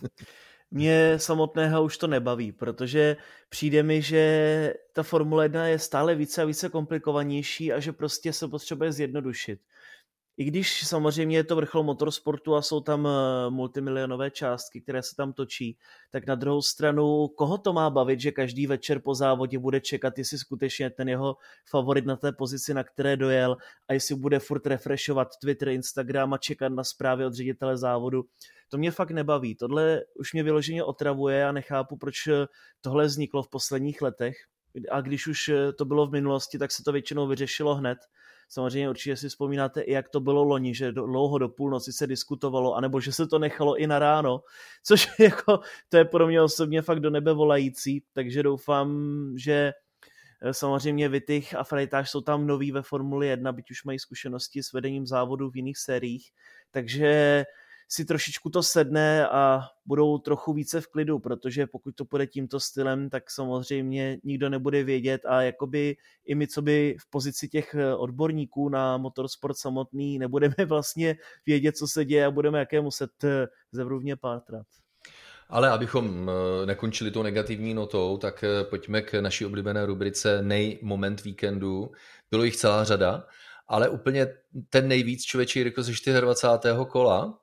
Mě samotného už to nebaví, protože přijde mi, že ta Formule 1 je stále více a více komplikovanější a že prostě se potřebuje zjednodušit. I když samozřejmě je to vrchol motorsportu a jsou tam multimilionové částky, které se tam točí, tak na druhou stranu, koho to má bavit, že každý večer po závodě bude čekat, jestli skutečně ten jeho favorit na té pozici, na které dojel, a jestli bude furt refreshovat Twitter, Instagram a čekat na zprávy od ředitele závodu. To mě fakt nebaví. Tohle už mě vyloženě otravuje a nechápu, proč tohle vzniklo v posledních letech. A když už to bylo v minulosti, tak se to většinou vyřešilo hned. Samozřejmě určitě si vzpomínáte i jak to bylo loni, že dlouho do půlnoci se diskutovalo, anebo že se to nechalo i na ráno, což jako, to je pro mě osobně fakt do nebe volající, takže doufám, že samozřejmě Wittich a Freitas jsou tam noví ve Formuli 1, byť už mají zkušenosti s vedením závodu v jiných sériích, takže si trošičku to sedne a budou trochu více v klidu, protože pokud to půjde tímto stylem, tak samozřejmě nikdo nebude vědět a jakoby i my, co by v pozici těch odborníků na motorsport samotný, nebudeme vlastně vědět, co se děje a budeme jaké muset zevrubně pátrat. Ale abychom nekončili tou negativní notou, tak pojďme k naší oblíbené rubrice moment víkendu. Bylo jich celá řada, ale úplně ten nejvíc člověče Jirko ze 24. kola,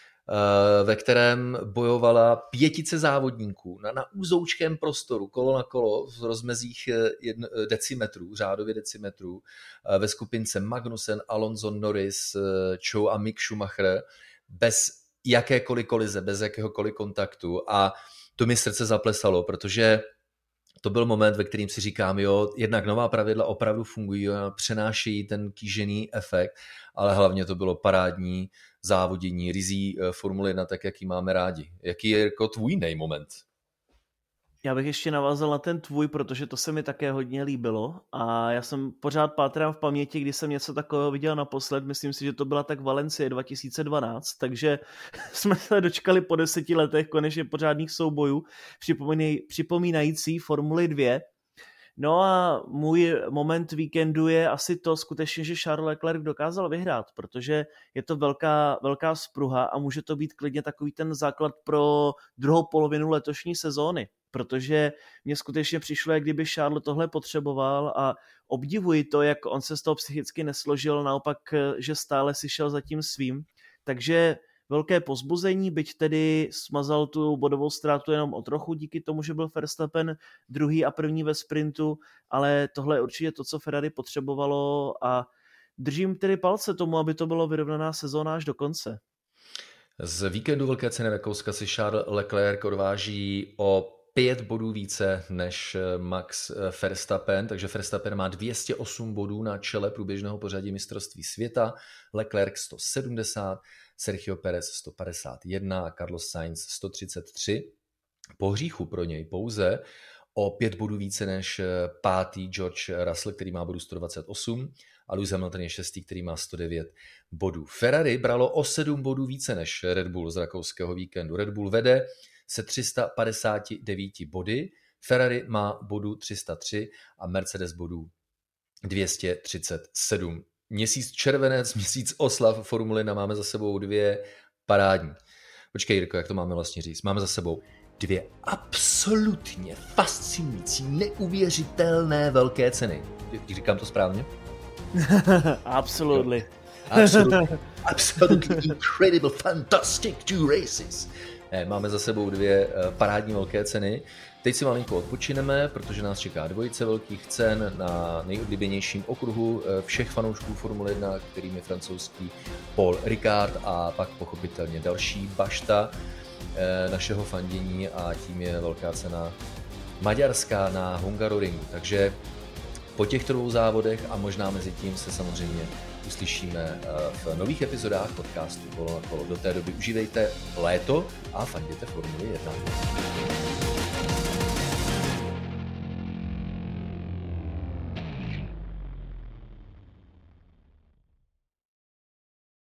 ve kterém bojovala 5 závodníků na úzoučkém prostoru, kolo na kolo v rozmezích decimetrů, řádově decimetrů, ve skupince Magnussen, Alonso, Norris, Zhou a Mick Schumacher, bez jakékoliv kolize, bez jakéhokoliv kontaktu, a to mi srdce zaplesalo, protože to byl moment, ve kterým si říkám, jo, jednak nová pravidla opravdu fungují, přenášejí ten kýžený efekt, ale hlavně to bylo parádní závodění rizí Formule 1, tak jak ji máme rádi. Jaký je jako tvůj nejmoment? Já bych ještě navázal na ten tvůj, protože to se mi také hodně líbilo a já jsem pořád pátrám v paměti, kdy jsem něco takového viděl naposled, myslím si, že to byla tak Valencie 2012, takže jsme se dočkali po 10 letech konečně pořádných soubojů, připomínající Formuli 2. No a můj moment víkendu je asi to skutečně, že Charles Leclerc dokázal vyhrát, protože je to velká spruha a může to být klidně takový ten základ pro druhou polovinu letošní sezóny, protože mně skutečně přišlo, jak kdyby Charles tohle potřeboval a obdivuji to, jak on se z toho psychicky nesložil, naopak, že stále si šel za tím svým, takže velké povzbuzení, byť tedy smazal tu bodovou ztrátu jenom o trochu díky tomu, že byl Verstappen druhý a první ve sprintu, ale tohle je určitě to, co Ferrari potřebovalo a držím tedy palce tomu, aby to bylo vyrovnaná sezóna až do konce. Z víkendu Velké ceny Rakouska si Charles Leclerc odváží o 5 bodů více než Max Verstappen, takže Verstappen má 208 bodů na čele průběžného pořadí mistrovství světa, Leclerc 170, Sergio Perez 151 a Carlos Sainz 133. Po hříchu pro něj pouze o 5 bodů více než pátý George Russell, který má bodů 128, a Lewis Hamilton je šestý, který má 109 bodů. Ferrari bralo o 7 bodů více než Red Bull z rakouského víkendu. Red Bull vede se 359 body, Ferrari má bodů 303 a Mercedes bodů 237. Měsíc červenec, měsíc oslav Formule 1, máme za sebou 2 parádní. Počkej, Jirko, jak to máme vlastně říct? Máme za sebou 2 absolutně fascinující, neuvěřitelné velké ceny. Říkám to správně? Absolutely. Absolutely incredible, fantastic 2 races. Ne, máme za sebou 2 parádní velké ceny. Teď si malinko odpočineme, protože nás čeká 2 velkých cen na nejoblíbenějším okruhu všech fanoušků Formule 1, kterým je francouzský Paul Ricard a pak pochopitelně další bašta našeho fandění a tím je velká cena maďarská na Hungaroringu. Takže po těchto 2 závodech a možná mezi tím se samozřejmě uslyšíme v nových epizodách podcastu Kolo na kolo. Do té doby užívejte léto a fanděte Formuli 1.